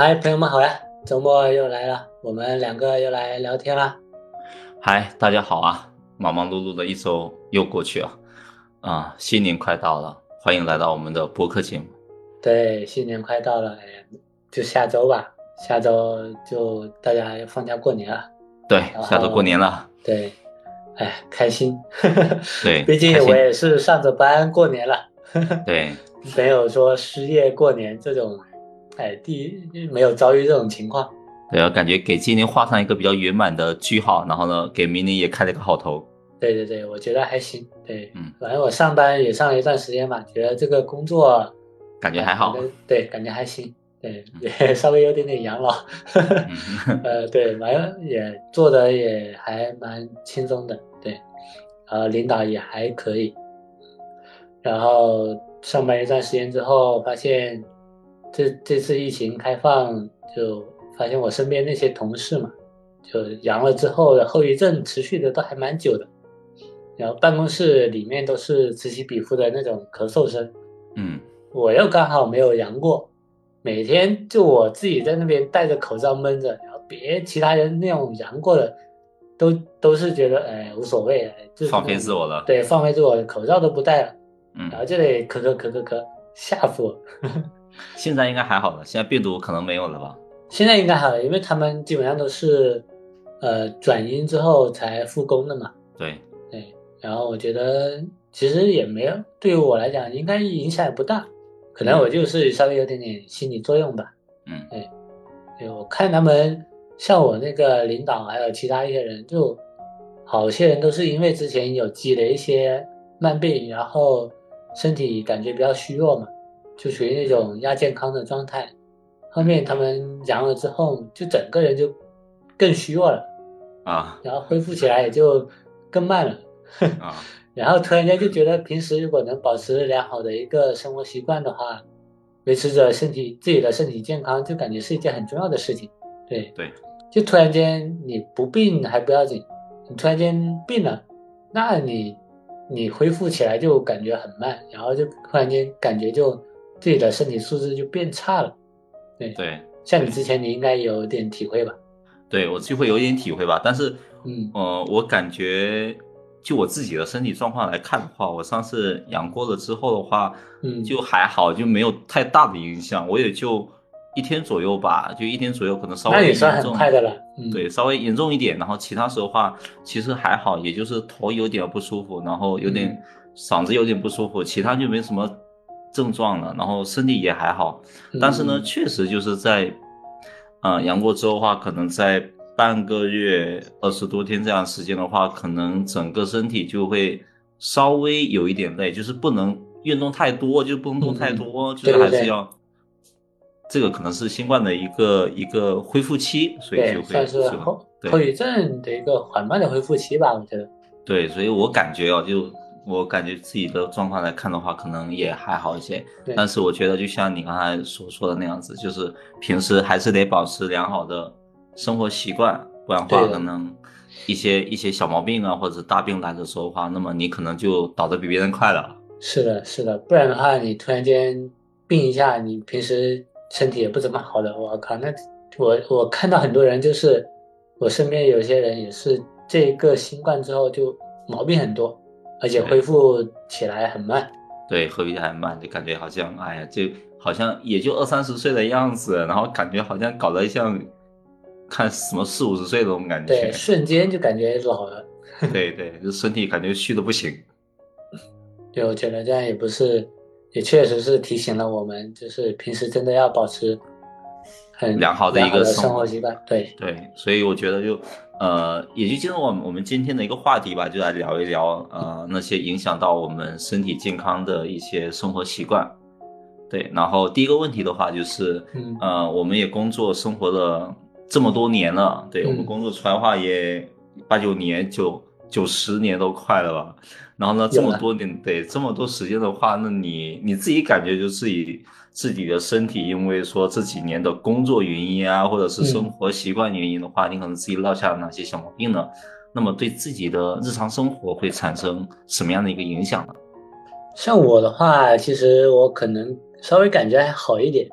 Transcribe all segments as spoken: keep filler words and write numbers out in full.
嗨，朋友们好呀！周末又来了，我们两个又来聊天啦。 嗨，大家好啊！忙忙碌碌的一周又过去了，啊，新年快到了，欢迎来到我们的播客节目。 对，新年快到了，哎，就下周吧，下周就大家要放假过年了。 对， 然下周过后， 年了， 对，哎，开心， 对， 毕竟我开心， 也是上着班过年了， 对， 没有说失业过年这种，哎，第一没有遭遇这种情况。 对，我感觉给今年画上一个比较圆满的句号，然后呢，给明年也开了个好头。 对对对，我觉得还行。对， 嗯， 反正我上班也上了一段时间嘛，觉得这个工作， 感觉哎，反还好。 正对，感觉还行。对， 嗯也稍微有点点养老。 嗯， 呃，对，蛮也做的也还蛮轻松的。对，呃，领导也还可以。然后上班一段时间之后，发现这这次疫情开放，就发现我身边那些同事嘛，就阳了之后的后遗症持续的都还蛮久的。然后办公室里面都是此起彼伏的那种咳嗽声， 嗯， 我又刚好没有阳过，每天就我自己在那边戴着口罩闷着，然后别其他人那种阳过的，都都是觉得哎无所谓，哎就是放飞那种自我了。 对放飞自我，口罩都不戴了，然嗯， 后就得咳咳咳咳咳，吓死我。 现在应该还好了，现在病毒可能没有了吧？ 现在应该好了，因为他们基本上都是呃转阴之后才复工的嘛。 对， 对，然后我觉得其实也没有，对于我来讲应该影响也不大，可能我嗯就是稍微有点点心理作用吧。 嗯对，对，我看他们像我那个领导还有其他一些人，就好些人都是因为之前有积累一些慢病，然后身体感觉比较虚弱嘛，就属于那种亚健康的状态。后嗯面他们阳了之后，就整个人就更虚弱了， 啊然后恢复起来也就更慢了。 啊， 然后突然间就觉得，平时如果能保持良好的一个生活习惯的话，维持着身体自己的身体健康，就感觉是一件很重要的事情。对， 对。 就突然间你不病还不要紧，你突然间病了，那你你恢复起来就感觉很慢，然后就突然间感觉就自己的身体素质就变差了。对， 对像你对之前你应该有点体会吧？ 对，我就会有一点体会吧，但是， 嗯呃，我感觉就我自己的身体状况来看的话，我上次养过了之后的话， 嗯， 就还好，就没有太大的影响，我也就一天左右吧，就一天左右，可能稍微那也算严重， 很快的了。嗯对，稍微严重一点，然后其他时候的话，其实还好，也就是头有点不舒服，然后有点嗯嗓子有点不舒服，其他就没什么症状了，然后身体也还好。但是呢， 嗯。 确实就是在，呃，阳过之后的话，可能在半个月、二十多天这样时间的话，可能整个身体就会稍微有一点累，就是不能运动太多，就不能动太嗯嗯， 多，就是对对对还是要，这个可能是新冠的一个一个恢复期，所以就对，算会是吧？ 是后后对。 遗症的一个缓慢的恢复期吧，我觉得。 对，所以我感觉啊，就我感觉自己的状况来看的话，可能也还好一些。但对， 是我觉得，就像你刚才所说的那样子，就是平时还是得保持良好的生活习惯，不然的话，可对的， 能一些一些小毛病啊，或者大病来的时候的话，那么你可能就倒得比别人快了。 是的，是的，不然的话，你突然间病一下，你平时身体也不怎么好的，我靠，那我我看到很多人，就是我身边有些人也是这个新冠之后就毛病很多，而且恢对复起来很慢。 对，喝比还慢，就感觉好像，哎呀，就好像也就二三十岁的样子，然后感觉好像搞得像看什么四五十岁的那种感对， 觉。 瞬间就感觉老了。 对对，就身体感觉虚的不行。 对，我觉得这样也不是，也确实是提醒了我们，就是平时真的要保持很良好的一良好的个生活。 生活习惯。对， 对，所以我觉得就呃，也就进入我们我们今天的一个话题吧，就来聊一聊呃那些影响到我们身体健康的一些生活习惯。对，然后第一个问题的话就是， 嗯呃，我们也工作生活了这么多年了，对，我们嗯， 工作出来的话也八九年、九九十年都快了吧。然后呢，这有了。 么多年，对，这么多时间的话，那你你自己感觉就自己自己的身体，因为说这几年的工作原因啊，或者是生嗯， 活习惯原因的话，你可能自己落下了哪些小毛病呢？那么对自己的日常生活会产生什么样的一个影响呢？ 像我的话，其实我可能稍微感觉还好一点，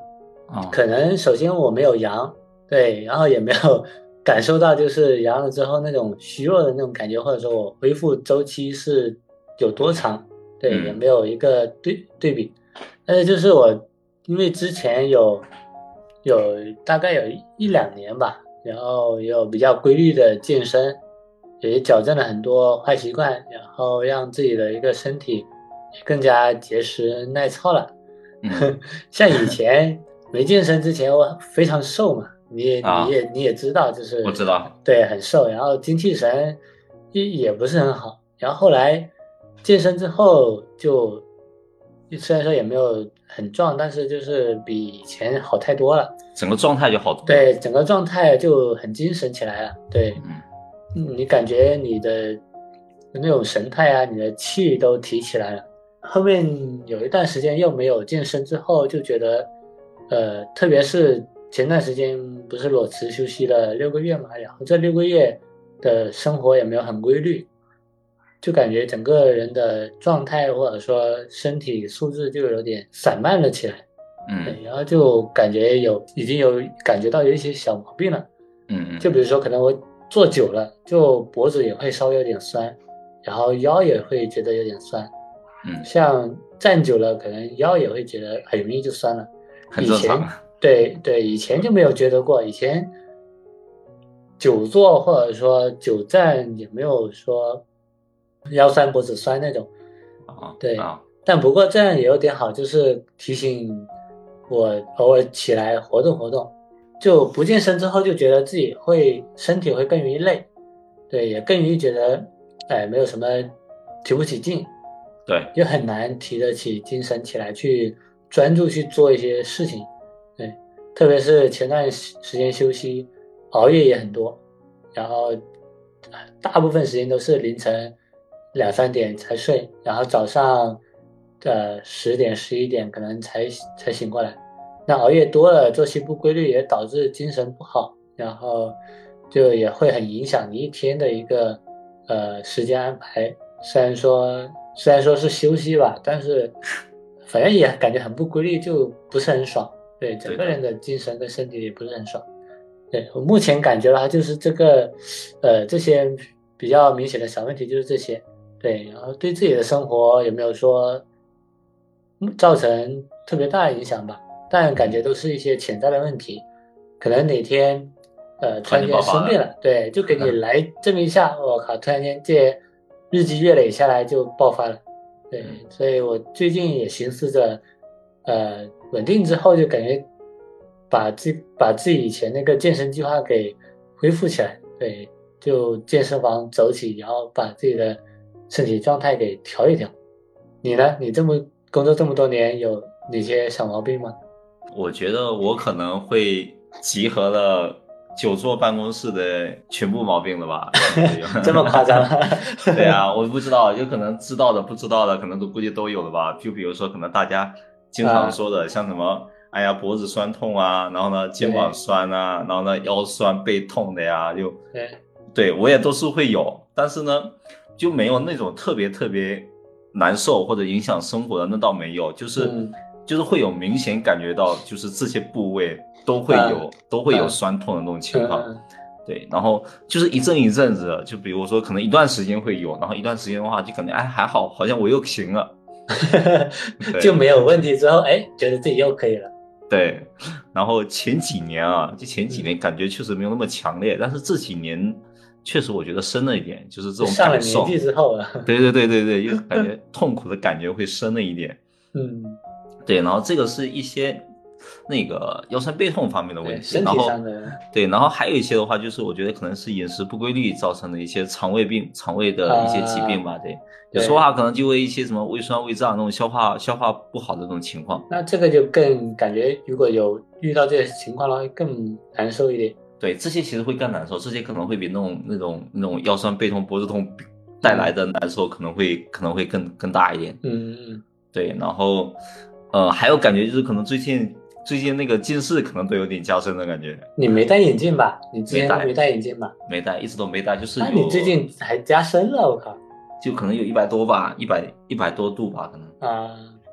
哦， 可能首先我没有阳，对，然后也没有感受到就是阳了之后那种虚弱的那种感觉，或者说我恢复周期是有多长，对，也嗯没有一个对对比。但是就是我因为之前有有大概有一两年吧，然后也有比较规律的健身，也矫正了很多坏习惯，然后让自己的一个身体也更加结实耐操了。 嗯像以前没健身之前，我非常瘦嘛，你也你啊， 也你也知道，就是我知道。 对很瘦，然后精气神也也不是很好。然后后来健身之后就，虽然说也没有很壮，但是就是比以前好太多了。 整个状态就好多了。 对，整个状态就很精神起来了。对， 嗯嗯你感觉你的那种神态啊，你的气都提起来了。后面有一段时间又没有健身之后，就觉得，呃，特别是前段时间不是裸辞休息了六个月嘛，然后这六个月的生活也没有很规律，就感觉整个人的状态或者说身体素质就有点散漫了起来。 嗯对，然后就感觉有已经有感觉到有一些小毛病了， 嗯嗯就比如说可能我坐久了，就脖子也会稍微有点酸，然后腰也会觉得有点酸， 嗯， 像站久了可能腰也会觉得很容易就酸了。以前很正常。 对对，以前就没有觉得过，以前久坐或者说久站也没有说腰酸脖子酸那种。对， 啊啊， 但不过这样也有点好，就是提醒我偶尔起来活动活动。就不健身之后，就觉得自己会身体会更容易累，对，也更容易觉得，哎，没有什么提不起劲， 对， 就很难提得起精神起来去专注去做一些事情。对，特别是前段时时间休息，熬夜也很多，然后呃大部分时间都是凌晨两三点才睡，然后早上呃十点十一点可能才才醒过来。那熬夜多了，作息不规律也导致精神不好，然后就也会很影响你一天的一个呃时间安排。虽然说虽然说是休息吧，但是反正也感觉很不规律，就不是很爽。对，整对的。 个人的精神跟身体也不是很爽。对，我目前感觉的话，就是这个，呃，这些比较明显的小问题就是这些。对，然后对自己的生活有没有说嗯造成特别大的影响吧？但感觉都是一些潜在的问题，可能哪天，呃，突突然然间就爆发了。 生病了，对，就给你来这么一下，我靠，突然间这日积月累下来就爆发了。对， 嗯所以我最近也寻思着，呃，稳定之后就感觉把自把自己以前那个健身计划给恢复起来，对，就健身房走起，然后把自己的身体状态给调一调。你呢？你这么工作这么多年，有哪些小毛病吗？ 我觉得我可能会集合了久坐办公室的全部毛病了吧，可能会有。 这么夸张？ 对啊，我不知道，有可能知道的、不知道的，可能都估计都有了吧。就比如说，可能大家经常说的，像什么，哎呀，脖子酸痛啊，然后呢，肩膀酸啊，然后呢，腰酸背痛的呀，就， 对， 对我也都是会有，但是呢，就没有那种特别特别难受或者影响生活的，那倒没有，就是嗯就是会有明显感觉到，就是这些部位都会有都会有酸痛的那种情况。 嗯对，然后就是一阵一阵子的，就比如说可能一段时间会有，然后一段时间的话就感觉哎还好，好像我又行了。 嗯，就对没有问题之后，哎，觉得自己又可以了。 对，然后前几年啊，就前几年感觉确实没有那么强烈，但是这几年确实我觉得深了一点，就是这种上了感受。 年纪之后了。 对对对对对，就感觉痛苦的感觉会深了一点。 嗯， 对，然后这个是一些那个腰酸背痛方面的问对， 题， 身然后体上的。 对，然后还有一些的话，就是我觉得可能是饮食不规律造成的一些肠胃病、肠胃的一些疾病吧。对，有时候的话可能就会一些什么胃酸、胃胀那种消化消化不好的这种情况。 那这个就更感觉，如果有遇到这些情况的话，会更难受一点。 对，这些其实会更难受，这些可能会比那种那种那种腰酸背痛、脖子痛带来的难受可能会可能会更更大一点。 嗯嗯。 对，然后呃还有感觉就是可能最近最近那个近视可能都有点加深的感觉。 你没戴眼镜吧？你之前没戴都没戴眼镜吧？ 没戴，一直都没戴，就是有， 那你最近还加深了，我靠！ 就可能有一百多吧，一百一百多度吧，可能。 啊，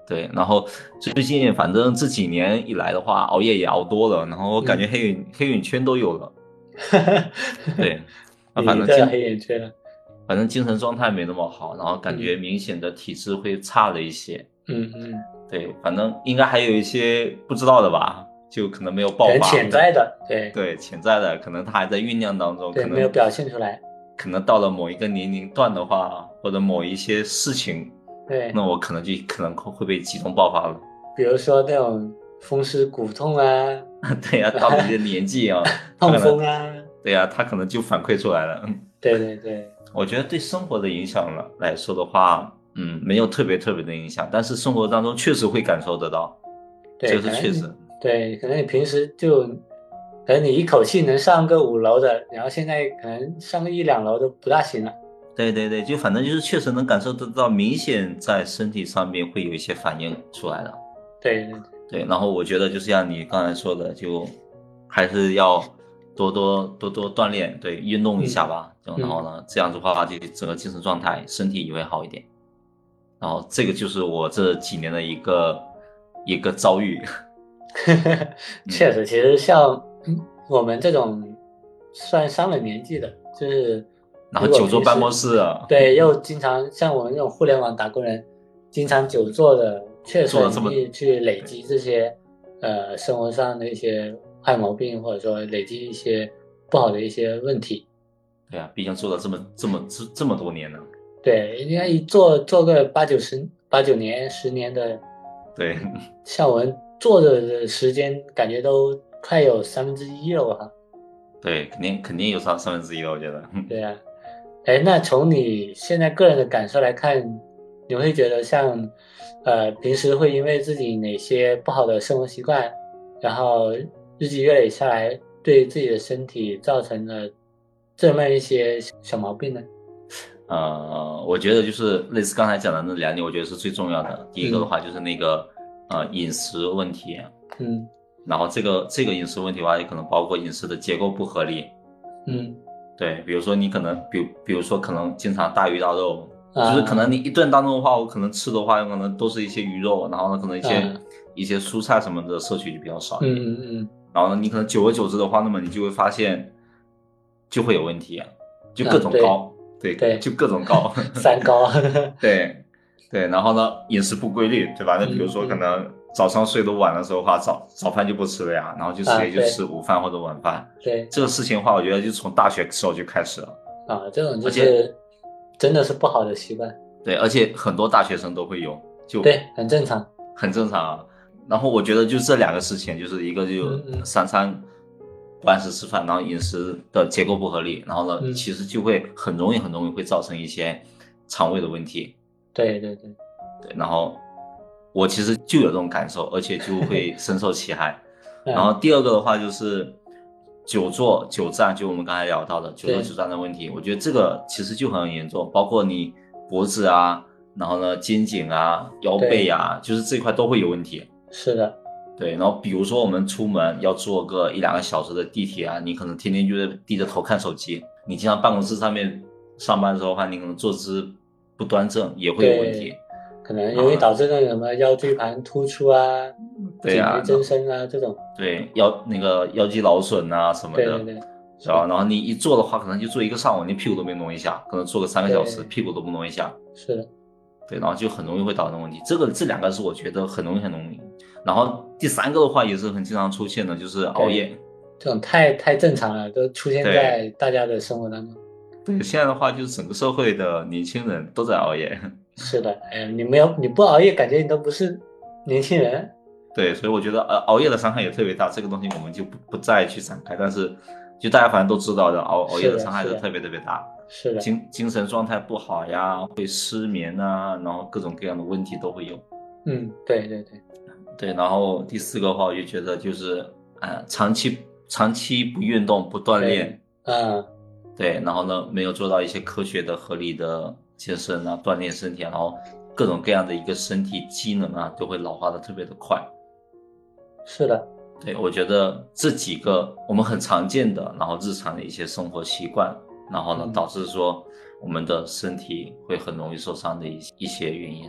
对，然后最近反正这几年以来的话，熬夜也熬多了，然后我感觉黑眼、嗯、黑眼圈都有了。对，那反正精黑眼圈了， 反正精神状态没那么好，然后感觉明显的体质会差了一些。 嗯嗯， 对，反正应该还有一些不知道的吧，就可能没有爆发， 潜在的，对对，潜在的，可能它还在酝酿当中， 对， 可能没有表现出来。 可能到了某一个年龄段的话，或者某一些事情， 对， 那我可能就可能会被集中爆发了。 比如说那种风湿骨痛啊， 对呀、啊，到了这个年纪啊， 痛风啊， 对呀、啊，他可能就反馈出来了。 对对对， 我觉得对生活的影响来说的话，嗯，没有特别特别的影响，但是生活当中确实会感受得到， 对， 这个是确实。 对，可能你平时就，可能你一口气能上个五楼的，然后现在可能上个一两楼都不大行了。 对对对，就反正就是确实能感受得到，明显在身体上面会有一些反应出来的。 对对对。 对，然后我觉得就像你刚才说的，就还是要多多多多锻炼，对，运动一下吧。嗯、然后呢，这样子的话，就整个精神状态、身体也会好一点。然后这个就是我这几年的一个一个遭遇。 确实，其实像我们这种算上了年纪的，就是然后久坐办公室啊， 对，又经常像我们这种互联网打工人，经常久坐的，确实容易去累积这些呃生活上的一些坏毛病，或者说累积一些不好的一些问题。 对啊，毕竟做了这么这么这这么多年了。 对，应该一做做个八九十八九年十年的， 对， 像我们坐着的时间感觉都快有三分之一了哈。 对，肯定肯定有三三分之一了，我觉得。 对啊，哎，那从你现在个人的感受来看，你会觉得像，呃，平时会因为自己哪些不好的生活习惯，然后日积月累下来，对自己的身体造成了这么一些小毛病呢？ 呃，我觉得就是类似刚才讲的那两点，我觉得是最重要的。第一个的话就是那个、嗯、呃饮食问题， 嗯， 然后这个这个饮食问题的话，也可能包括饮食的结构不合理， 嗯， 对，比如说你可能，比如比如说可能经常大鱼大肉， 啊、 就是可能你一顿当中的话，我可能吃的话，有可能都是一些鱼肉，然后呢，可能一些、啊、一些蔬菜什么的摄取就比较少一点， 嗯嗯嗯， 然后呢，你可能久而久之的话，那么你就会发现就会有问题，就各种高。 啊对对， 就各种高， 三高， 对对，然后呢，饮食不规律，对吧？那比如说可能早上睡得晚的时候的话，早早饭就不吃了呀，然后就直接就吃午饭或者晚饭。 对， 这个事情的话，我觉得就从大学时候就开始了啊，这种就是真的是不好的习惯。 对，而且很多大学生都会有，就对，很正常， 很正常啊。然后我觉得就这两个事情，就是一个就三餐不按时吃饭，然后饮食的结构不合理，然后呢， 嗯、 其实就会很容易很容易会造成一些肠胃的问题。 对对对对，然后我其实就有这种感受，而且就会深受其害。然后第二个的话就是久坐久站，就我们刚才聊到的久坐久站的问题，我觉得这个其实就很严重，包括你脖子啊，然后呢肩颈啊、腰背啊，就是这块都会有问题。 是的。 对，然后比如说我们出门要坐个一两个小时的地铁啊，你可能天天就是低着头看手机，你经常办公室上面上班的时候的话，你可能坐姿不端正也会有问题， 可能容易导致那个什么腰椎盘突出啊、 对啊、 颈椎增生啊这种， 对腰那个腰肌劳损啊什么的， 对对对， 是吧？然后你一坐的话，可能就坐一个上午，你屁股都没挪一下，可能坐个三个小时，屁股都不挪一下， 是的， 对，然后就很容易会导致问题。这个这两个是我觉得很容易很容易。然后第三个的话也是很经常出现的，就是熬夜。 这种太太正常了，都出现在大家的生活当中。 对，现在的话就是整个社会的年轻人都在熬夜。 是的，哎，你没有你不熬夜，感觉你都不是年轻人。 对，所以我觉得呃熬夜的伤害也特别大，这个东西我们就不不再去展开，但是就大家反正都知道的，熬熬夜的伤害是特别特别大。 是的， 精精神状态不好呀，会失眠啊，然后各种各样的问题都会有。 嗯，对对对。 对，然后第四个的话，我就觉得就是，呃，长期长期不运动不锻炼， 嗯， 对，然后呢，没有做到一些科学的、合理的健身啊、锻炼身体啊，然后各种各样的一个身体机能啊，都会老化的特别的快。 是的， 对，我觉得这几个我们很常见的，然后日常的一些生活习惯，然后呢， 嗯、 导致说我们的身体会很容易受伤的一一些原因。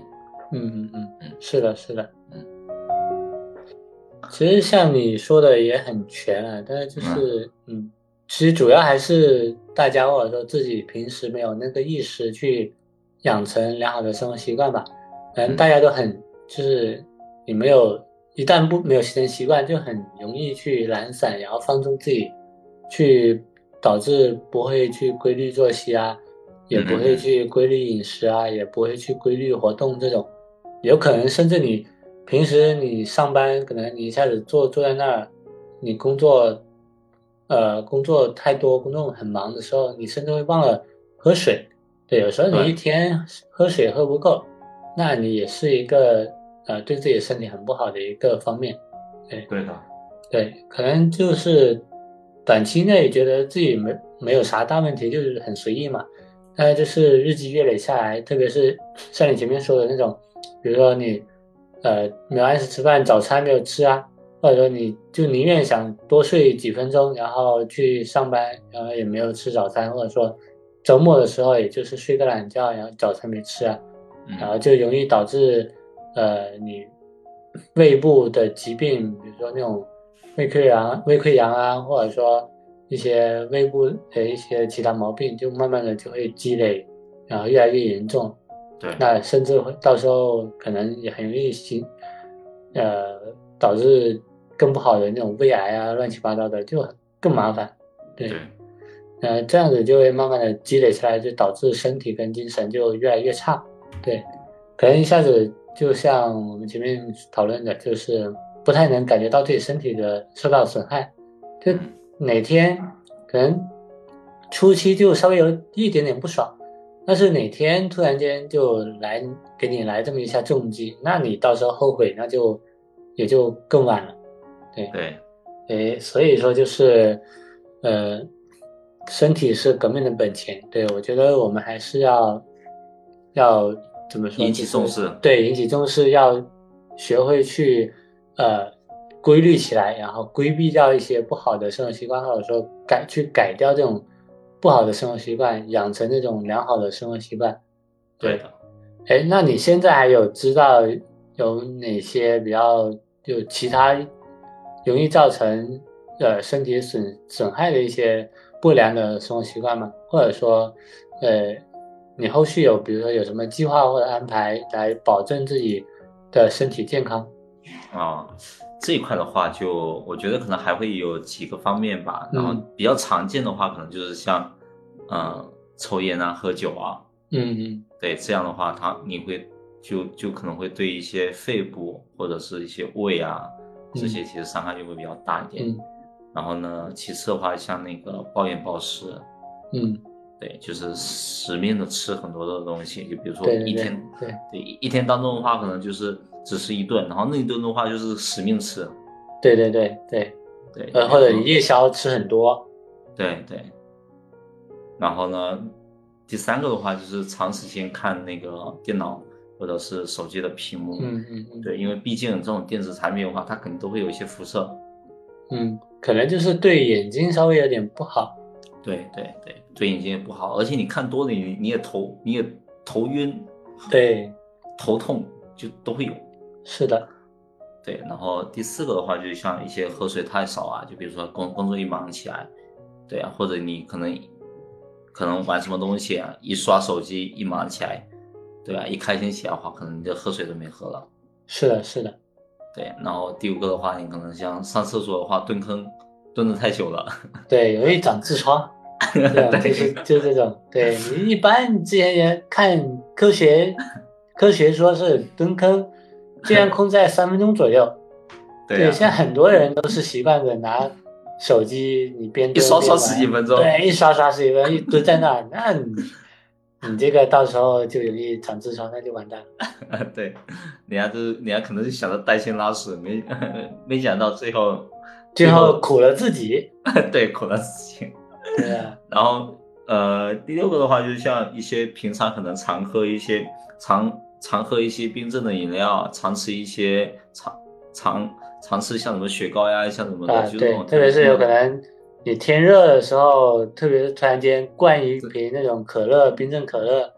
嗯嗯嗯，是的，是的，嗯。其实像你说的也很全啊，但是就是嗯，其实主要还是大家或者说自己平时没有那个意识去养成良好的生活习惯吧。可能大家都很就是你没有一旦不没有形成习惯，就很容易去懒散，然后放纵自己，去导致不会去规律作息啊，也不会去规律饮食啊，也不会去规律活动这种，有可能甚至你平时你上班，可能你一下子坐坐在那儿，你工作，呃，工作太多，工作很忙的时候，你甚至会忘了喝水。对，有时候你一对天喝水喝不够，那你也是一个呃对自己身体很不好的一个方面。对对的， 对，可能就是短期内觉得自己没没有啥大问题，就是很随意嘛。但是就是日积月累下来，特别是像你前面说的那种，比如说你呃没有按时吃饭，早餐没有吃啊，或者说你就宁愿想多睡几分钟，然后去上班，然后也没有吃早餐，或者说周末的时候也就是睡个懒觉，然后早餐没吃啊，然后嗯， 就容易导致呃你胃部的疾病，比如说那种胃溃疡、胃溃疡啊，或者说一些胃部的一些其他毛病，就慢慢的就会积累，然后越来越严重。 对那甚至会到时候可能也很容易形，呃，导致更不好的那种胃癌啊，乱七八糟的，就更麻烦。对， 对， 呃，这样子就会慢慢的积累下来，就导致身体跟精神就越来越差。对，可能一下子就像我们前面讨论的，就是不太能感觉到自己身体的受到损害，就嗯哪天可能初期就稍微有一点点不爽。但是哪天突然间就来给你来这么一下重击，那你到时候后悔，那就也就更晚了。对， 对， 诶，所以说就是，呃，身体是革命的本钱。对，我觉得我们还是要要怎么说， 引就是起重视。 对引起重视，要学会去呃规律起来，然后规避掉一些不好的生活习惯，或者说改去改掉这种不好的生活习惯，养成这种良好的生活习惯。对， 对的。 哎，那你现在还有知道有哪些比较就其他容易造成呃身体损损害的一些不良的生活习惯吗？或者说，呃，你后续有比如说有什么计划或者安排来保证自己的身体健康？ 啊，这一块的话就，我觉得可能还会有几个方面吧。然后嗯比较常见的话，可能就是像，嗯、抽烟啊、喝酒啊， 嗯嗯对，这样的话，它你会就就可能会对一些肺部或者是一些胃啊这些， 嗯其实伤害就会比较大一点。 嗯然后呢，其次的话，像那个暴饮暴食， 嗯， 对，就是死命的吃很多的东西，就比如说对对对一天， 对对，一天当中的话，可能就是只吃一顿，然后那一顿的话就是死命吃， 对对对对， 对，就呃， 比如说， 或者你夜宵吃很多， 对对，然后呢，第三个的话就是长时间看那个电脑或者是手机的屏幕， 嗯嗯嗯对，因为毕竟这种电子产品的话，它肯定都会有一些辐射， 嗯，可能就是对眼睛稍微有点不好。 对对对，对眼睛也不好，而且你看多了，你你也头你也头晕、 对， 头痛就都会有。 是的， 对，然后第四个的话，就像一些喝水太少啊，就比如说工工作一忙起来，对啊，或者你可能可能玩什么东西啊，一刷手机一忙起来，对啊，一开心起来的话，可能你就喝水都没喝了。 是的，是的， 对，然后第五个的话，你可能像上厕所的话，蹲坑蹲的太久了。 对，容易长痔疮，这种就是对就这种，对你一般之前也看科学，科学说是蹲坑，尽量控制在三分钟左右。对， 对呀、 现在很多人都是习惯着拿手机，你边一蹲边刷刷十几玩， 分钟。 对，一刷刷十几分钟，一蹲在那儿，那你你这个到时候就容易长痔疮，那就完蛋了。 对，人家就是人家可能是想着带薪拉屎，没没想到最后最最后后苦了自己。 对苦了自己。 对啊， 然后呃，第六个的话，就是像一些平常可能常喝一些常常喝一些冰镇的饮料，常吃一些常常常吃像什么雪糕呀，像什么的， 啊，对， 就是那种特别是有可特别能你天热的时候，特别是突然间灌一瓶那种可乐，冰镇可乐，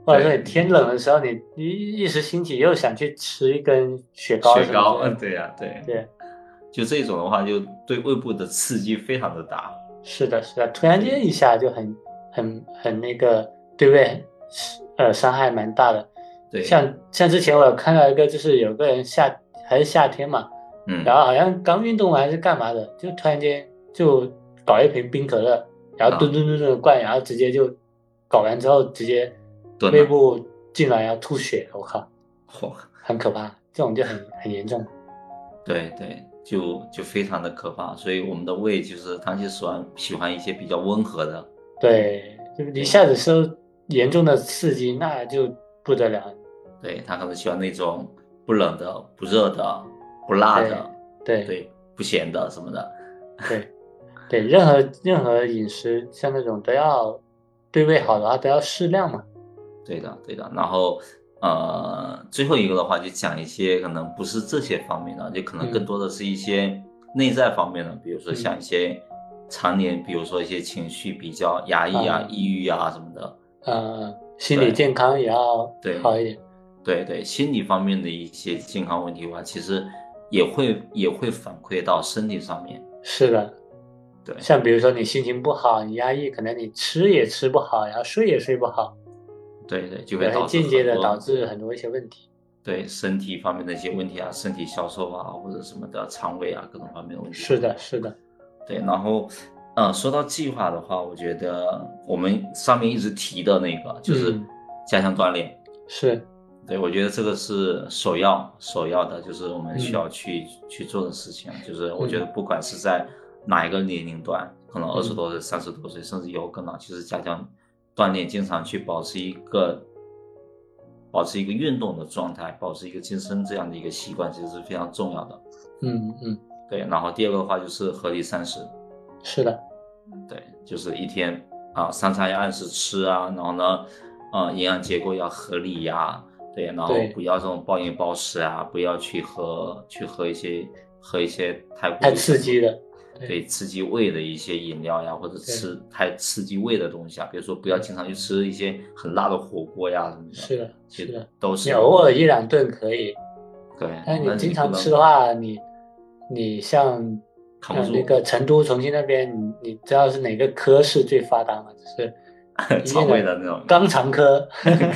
或者说你天冷的时候，你一一时兴起又想去吃一根雪糕雪糕， 嗯， 对呀、啊，对对， 就这种的话，就对胃部的刺激非常的大。 是的，是的，突然间一下就很很很那个，对胃呃伤害蛮大的。 对， 像像之前我有看到一个，就是有个人夏还是夏天嘛， 嗯， 然后好像刚运动完还是干嘛的，就突然间就搞一瓶冰可乐，然后吨吨吨吨的灌，然后直接就搞完之后直接胃部进来要吐血，我靠，很可怕，这种就很很严重。 对对，就就非常的可怕，所以我们的胃就是它就喜欢喜欢一些比较温和的。 对，就一下子受严重的刺激，那就不得了。 对，它可能喜欢那种不冷的、不热的、不辣的， 对对，不咸的什么的。 对对，任何任何饮食像那种都要对胃好的话都要适量嘛。 对的对的，然后呃，最后一个的话就讲一些可能不是这些方面的，就可能更多的是一些内在方面的，比如说像一些常年，比如说一些情绪比较压抑啊、抑郁啊什么的。 呃，心理健康也要好一点。 对对，心理方面的一些健康问题的话，其实也会也会反馈到身体上面。 是的， 对， 像比如说你心情不好，你压抑，可能你吃也吃不好，然后睡也睡不好。 对对，就会导致间接的导致很多一些问题。 对身体方面的一些问题啊，身体消瘦啊，或者什么的，肠胃啊，各种方面的问题。 是的，是的。 对，然后，呃，说到计划的话，我觉得我们上面一直提的那个就是加强锻炼。 嗯、是。 对，我觉得这个是首要首要的，就是我们需要去、嗯、去做的事情。就是我觉得不管是在哪一个年龄段，嗯、可能二十多岁、三十多岁，甚至有更老，其实加强锻炼，经常去保持一个保持一个运动的状态，保持一个健身这样的一个习惯，其实是非常重要的。 嗯嗯， 对。然后第二个的话就是合理膳食。 是的。 对，就是一天啊，三餐要按时吃啊，然后呢，呃，营养结构要合理呀、啊。对，然后不要这种暴饮暴食啊，不要去喝去喝一些喝一些太太刺激的。 对，刺激胃的一些饮料呀，或者吃太刺激胃的东西啊，比如说不要经常去吃一些很辣的火锅呀什么的。 是的，是的， 都是。 你偶尔一两顿可以， 对， 但你经常吃的话，你你像扛不住。 那个成都、重庆那边，你你知道是哪个科室最发达吗？就是肠胃的那种肛肠科。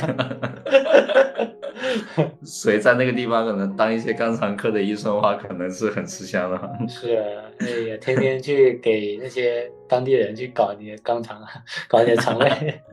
所以在那个地方，可能当一些肛肠科的医生的话，可能是很吃香的。 是，哎呀，天天去给那些当地人去搞你的肛肠，搞你的肠胃。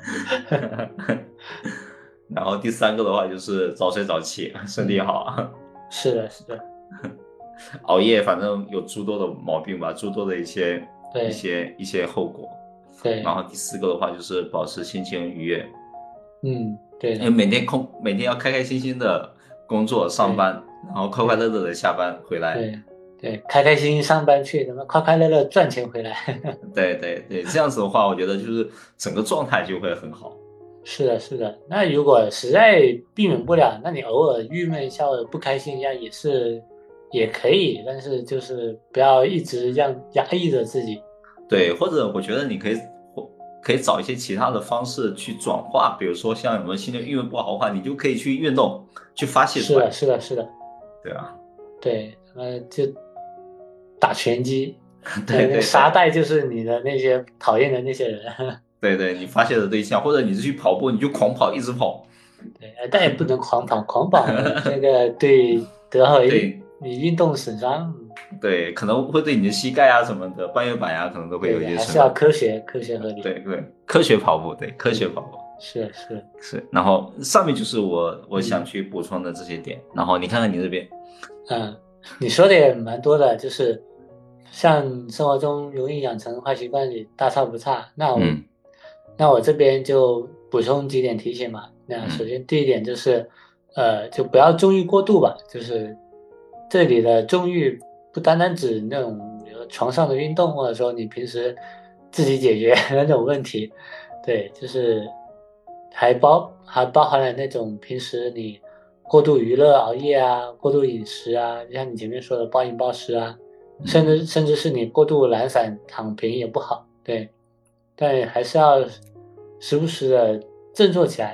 然后第三个的话就是早睡早起，身体好。 嗯、是的，是的。 熬夜反正有诸多的毛病吧，诸多的一些一些一些后果。 对。 然后第四个的话就是保持心情愉悦。 嗯，对。 因为每天空每天要开开心心的工作上班，然后快快乐乐的下班回来。 对对，开开心心上班去，怎么快快乐乐赚钱回来。 对对对，这样子的话，我觉得就是整个状态就会很好。 是的，是的。那如果实在避免不了，那你偶尔郁闷一下或者不开心一下也是也可以，但是就是不要一直这样压抑着自己。 对，或者我觉得你可以可以找一些其他的方式去转化，比如说像有没有心情郁闷不好的话，你就可以去运动，去发泄出来。 是的，是的，是的。 对啊。 对，呃，就打拳击。 对 对, 对， 沙袋就是你的那些讨厌的那些人。 对对，你发泄的对象，或者你是去跑步，你就狂跑，一直跑。 对，但也不能狂跑，狂跑这个对得会你运动损伤。 对，可能会对你的膝盖啊什么的，半月板啊，可能都会有一些损伤。 还是要科学、科学合理。 对对，科学跑步，对，科学跑步。 是是是，然后上面就是我我想去补充的这些点，嗯、然后你看看你这边。 嗯，你说的也蛮多的，就是像生活中容易养成坏习惯里大差不差。那我、嗯、那我这边就补充几点提醒嘛。那首先第一点就是，嗯、呃，就不要纵欲过度吧。就是这里的纵欲不单单指那种比如床上的运动，或者说你平时自己解决那种问题。对，就是还包还包含了那种平时你过度娱乐、熬夜啊，过度饮食啊，就像你前面说的暴饮暴食啊，甚至甚至是你过度懒散躺平也不好。对，但还是要时不时的振作起来，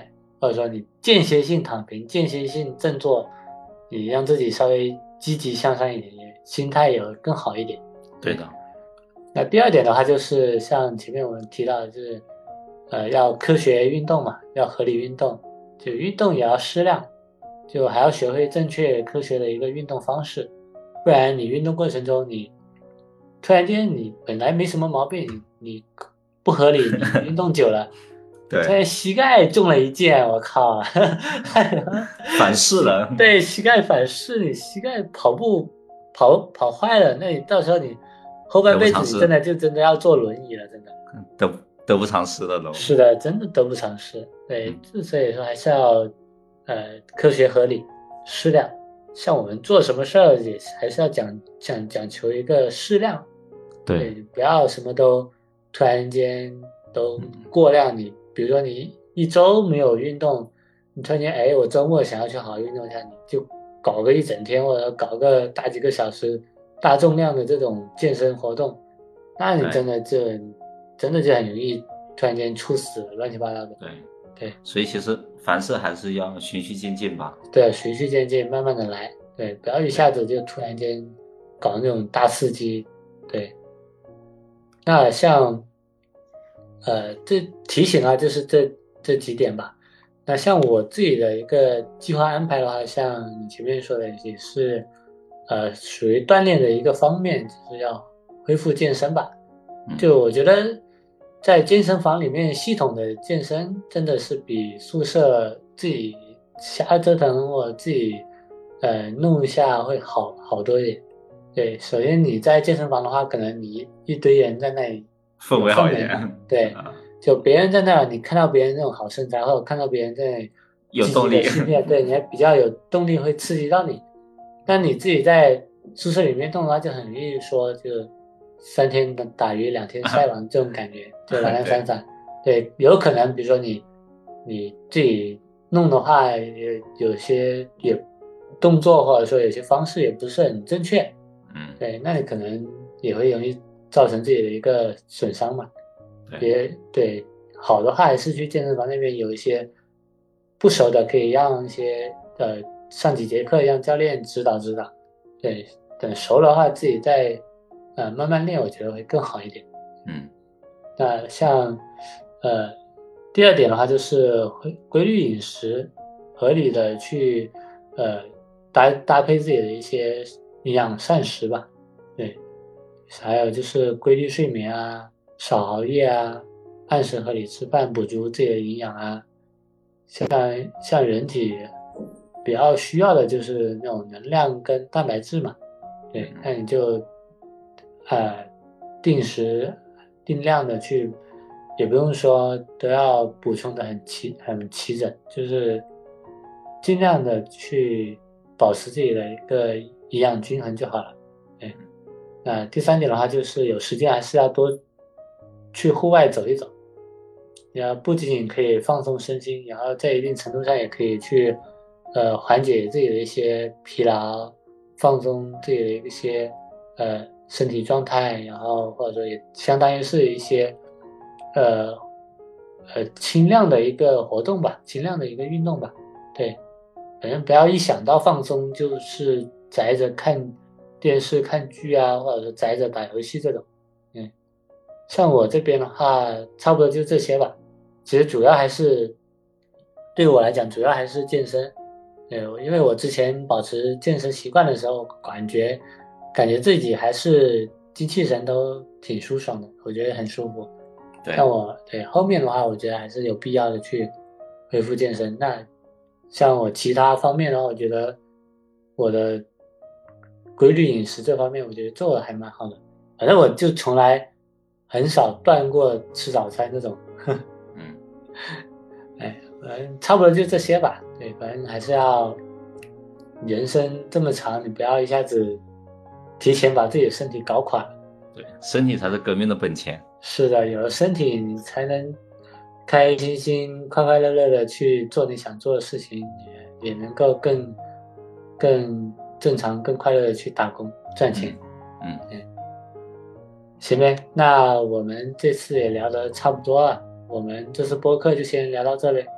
或者说你间歇性躺平、间歇性振作，你让自己稍微积极向上一点，心态也会更好一点。 对的。 那第二点的话，就是像前面我们提到的，就是呃要科学运动嘛，要合理运动，就运动也要适量，就还要学会正确科学的一个运动方式，不然你运动过程中你突然间你本来没什么毛病，你你不合理，你运动久了。 对， 突然膝盖中了一箭，我靠！ 反噬了。 对，膝盖反噬，你膝盖跑步跑跑坏了，那你到时候你后半辈子你真的就真的要坐轮椅了，真的得得不偿失了都。 是的，真的得不偿失。对，嗯、所以说还是要呃科学合理适量。像我们做什么事儿也还是要讲讲讲求一个适量， 对， 对，不要什么都突然间都过量你。比如说你一周没有运动，你突然间哎，我周末想要去好好运动一下，你就搞个一整天或者搞个大几个小时大重量的这种健身活动，那你真的就真的就很容易突然间猝死乱七八糟的。 对对， 所以其实凡事还是要循序渐进吧。 对，循序渐进，慢慢的来。对，不要一下子就突然间搞那种大刺激。对，那像。呃，这提醒啊，就是这这几点吧。那像我自己的一个计划安排的话，像你前面说的，也是，呃，属于锻炼的一个方面，就是要恢复健身吧。就我觉得，在健身房里面系统的健身，真的是比宿舍自己瞎折腾或自己呃弄一下会好好多一点。对，首先你在健身房的话，可能你一堆人在那里。 氛围好一点， 对，就别人在那，你看到别人那种好身材，或者看到别人在有动力， 对，你还比较有动力，会刺激到你。但你自己在宿舍里面动的话，就很容易说，就三天打鱼两天晒网这种感觉，就懒懒散散。对，有可能，比如说你你自己弄的话，也有些也动作或者说有些方式也不是很正确， 嗯， 对，那你可能也会容易造成自己的一个损伤嘛。别对，好的话还是去健身房那边有一些不熟的，可以让一些呃上几节课让教练指导指导。对，等熟的话自己再呃慢慢练，我觉得会更好一点。 嗯， 那像呃第二点的话就是规规律饮食，合理的去呃搭搭配自己的一些营养膳食吧。对，还有就是规律睡眠啊。少熬夜啊，按时合理吃饭，补足自己的营养啊。像像人体比较需要的就是那种能量跟蛋白质嘛。对，那你就呃定时定量的去，也不用说都要补充的很齐很齐整，就是尽量的去保持自己的一个营养均衡就好了。对，那第三点的话就是有时间还是要多。去户外走一走，然后不仅仅可以放松身心，然后在一定程度上也可以去，呃，缓解自己的一些疲劳，放松自己的一些呃身体状态，然后或者说也相当于是一些，呃呃轻量的一个活动吧，轻量的一个运动吧。对，反正不要一想到放松就是宅着看电视、看剧啊，或者说宅着打游戏这种，嗯。像我这边的话，差不多就这些吧。其实主要还是对我来讲，主要还是健身。对，因为我之前保持健身习惯的时候，感觉感觉自己还是精气神都挺舒爽的，我觉得很舒服。 对， 像我对后面的话，我觉得还是有必要的去恢复健身。那像我其他方面的话，我觉得我的规律饮食这方面，我觉得做的还蛮好的。反正我就从来。很少断过吃早餐这种， 嗯， 哎，反正差不多就这些吧。对，反正还是要，人生这么长，你不要一下子提前把自己的身体搞垮。 对，身体才是革命的本钱。 是的，有了身体，你才能开开心心、快快乐乐的去做你想做的事情，也也能够更更正常、更快乐的去打工赚钱。 嗯， 嗯。行呗，那我们这次也聊得差不多了，我们这次播客就先聊到这呗。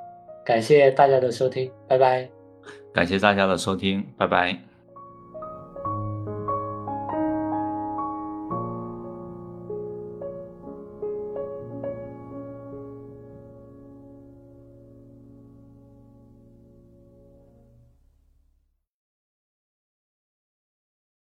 感谢大家的收听，拜拜。 感谢大家的收听，拜拜。